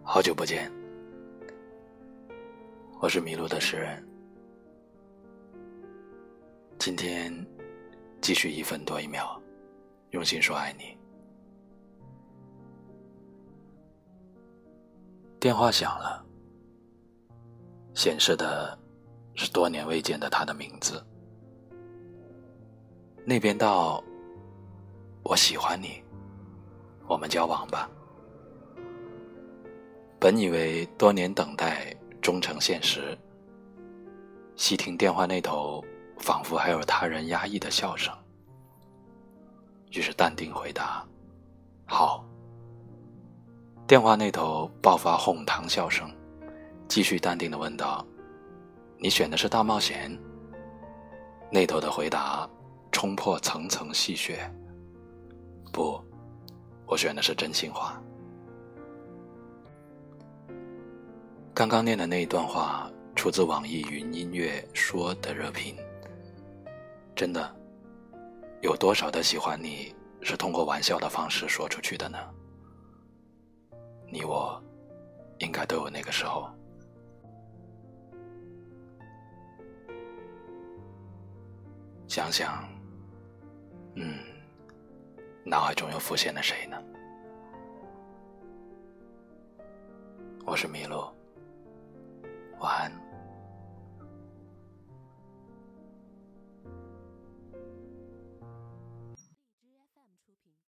好久不见，我是迷路的诗人。今天继续1分多1秒，用心说爱你。电话响了，显示的是多年未见的他的名字。那边道：我喜欢你，我们交往吧。本以为多年等待终成现实，细听电话那头仿佛还有他人压抑的笑声，于是淡定回答：好。电话那头爆发哄堂笑声，继续淡定地问道：你选的是大冒险？那头的回答冲破层层戏谑：不，我选的是真心话。刚刚念的那一段话出自网易云音乐说的热评。真的，有多少的喜欢你是通过玩笑的方式说出去的呢？你我应该都有那个时候。想想，脑海中又浮现了谁呢？我是麋鹿，晚安。